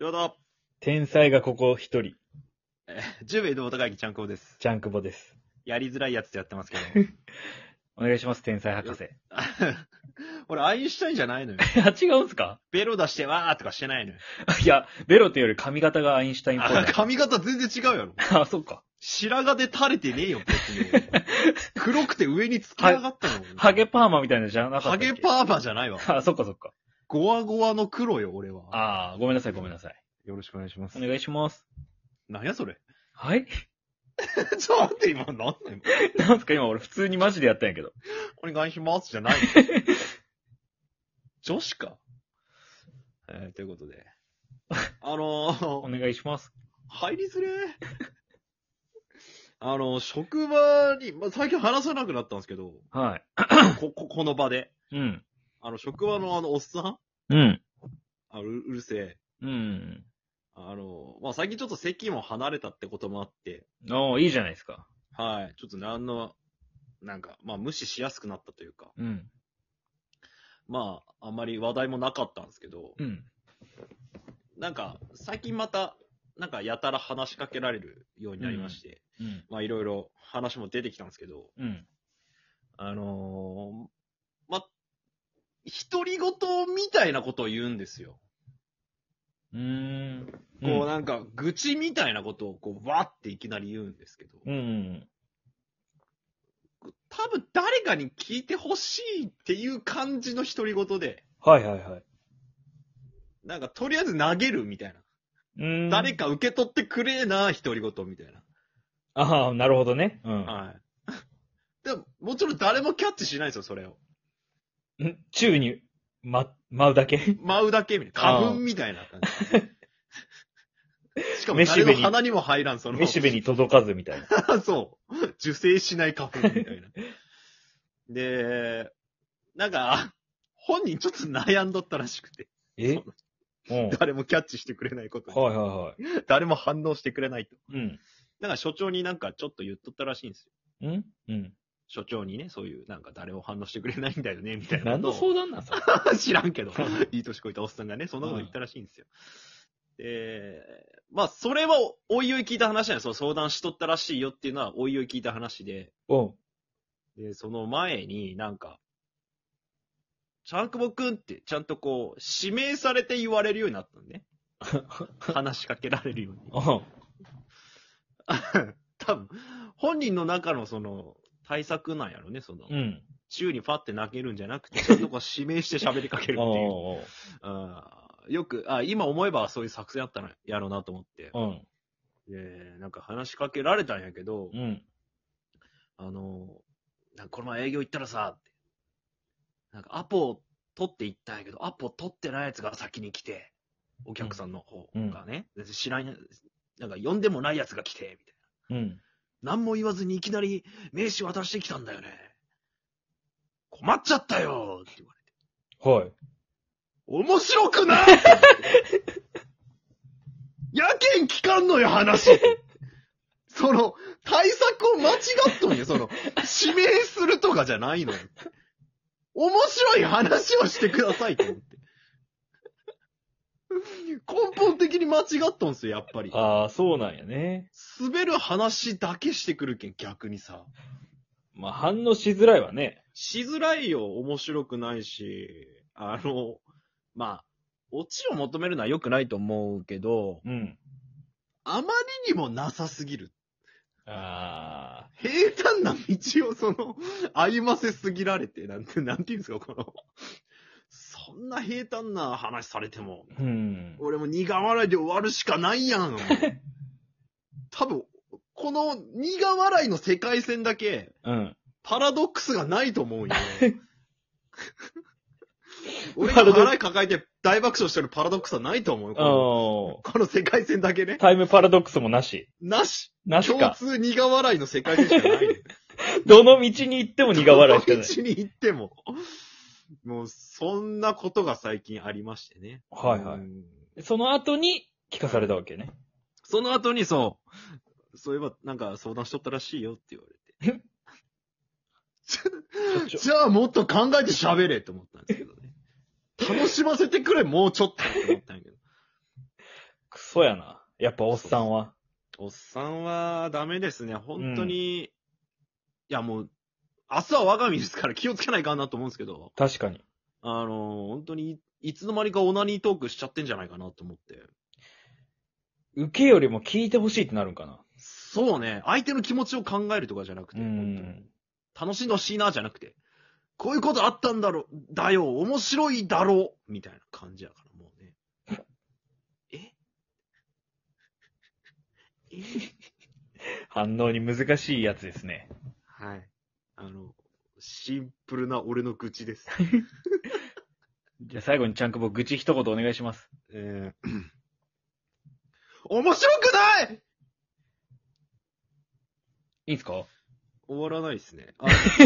よだ。 天才がここ一人。 10名でお高いちゃんこです。 ジャンクボです。 やりづらいやつでやってますけど。 お願いします、天才博士。 俺、アインシュタインじゃないのよ。 あ、違うんすか？ ベロ出してわーとかしてないのよ。 いや、ベロというより髪型がアインシュタインっぽい。 髪型全然違うやろ。 あ、そっか。 白髪で垂れてねえよ、別に。黒くて上に突き上がったの。 ハゲパーマみたいなのじゃなかったっけ？ ハゲパーマじゃないわ。 あ、そっかそっか。 ゴワゴワの黒よ、俺は。 あー、ごめんなさいごめんなさい。 よろしくお願いします。 お願いします。 なんやそれ。 はいちょ、待って、今、なんなん今。 なんすか今俺普通にマジでやったんやけど。 お願いしますじゃない。女子か。ということで。 お願いします。 入りづれ職場に、最近話さなくなったんですけど、 はい。 この場で。 うん。 職場のおっさんうん。 うるせえ。 うん。 最近ちょっと席も離れたってこともあって、 おー、いいじゃないですか。 はい。ちょっと無視しやすくなったというか、 うん。 あんまり話題もなかったんですけど、 うん。 最近また、やたら話しかけられるようになりまして、 うん。 いろいろ話も出てきたんですけど、 うん。 独り言みたいなことを言うんですよ。愚痴みたいなことをわっていきなり言うんですけど、 うん。 多分誰かに聞いてほしいっていう感じの独り言で、 はいはいはい。 とりあえず投げるみたいな。誰か受け取ってくれえな、独り言みたいな。 ああ、なるほどね。うん。 はい。でも、もちろん誰もキャッチしないんですよ、それを。 宙に、舞うだけ舞うだけみたいな。花粉みたいな感じ。しかも誰の鼻にも入らん、 めしべに届かずみたいな。そう。受精しない花粉みたいな。で、本人ちょっと悩んどったらしくて。誰もキャッチしてくれないことに。 はいはいはい。 誰も反応してくれないと。 うん。 所長にちょっと言っとったらしいんですよ。 うん。 所長にね、そういう誰も反応してくれないんだよね、みたいな。 何の相談なんすか？ 知らんけど。いい年こいたおっさんがね、そんなこと言ったらしいんですよ。それはおいおい聞いた話なんですよ。相談しとったらしいよっていうのはおいおい聞いた話で。で、その前にちゃんくぼくんってちゃんと指名されて言われるようになったのね。話しかけられるように。多分、本人の中の対策なんやろね、宙にパって泣けるんじゃなくて、ちゃんと指名して喋りかけるっていう。よく、今思えばそういう作戦あったのやろうなと思って。で、話しかけられたんやけど、この前営業行ったらさ、アポ取って行ったんやけど、アポ取ってないやつが先に来て、お客さんの方がね、知らん、呼んでもないやつが来て、みたいな。何も言わずにいきなり名刺渡してきたんだよね。困っちゃったよって言われて。 はい。 面白くないやけん聞かんのよ、話。対策を間違っとんよ、指名するとかじゃないのよ。面白い話をしてくださいと思って。根本的に間違っとんすよ、やっぱり。 ああ、そうなんやね。 滑る話だけしてくるけん、逆にさ。 反応しづらいわね。 しづらいよ、面白くないし。オチを求めるのは良くないと思うけど、あまりにもなさすぎる。平坦な道を歩ませすぎられて、なんていうんですか、そんな平坦な話されても、俺も苦笑いで終わるしかないやん。多分、この苦笑いの世界線だけ、パラドックスがないと思うよ。俺が笑い抱えて大爆笑してるパラドックスはないと思うよ。この世界線だけね。 タイムパラドックスもなし。 なしか。 共通苦笑いの世界線しかない。 どの道に行っても苦笑いしかない。 どの道に行っても。もう、そんなことが最近ありましてね。 はいはい。その後に聞かされたわけね。 その後にそういえば相談しとったらしいよって言われて。じゃあもっと考えて喋れと思ったんですけどね。楽しませてくれ、もうちょっとって思ったんやけど。 そうやな。やっぱおっさんは。 おっさんはダメですね。本当に、いやもう、明日は我が身ですから気をつけないかなと思うんですけど、 確かに。 本当に、いつの間にかオナニートークしちゃってんじゃないかなと思って。 受けよりも聞いてほしいってなるんかな。 そうね。相手の気持ちを考えるとかじゃなくて、本当に楽しんでほしいなじゃなくて、こういうことあったんだろ、だよ、面白いだろ、みたいな感じやから、もうね。え反応に難しいやつですね。 はい。シンプルな俺の愚痴です。 じゃあ最後にちゃんくぼ愚痴一言お願いします。 面白くないいいんすか？ 終わらないですね。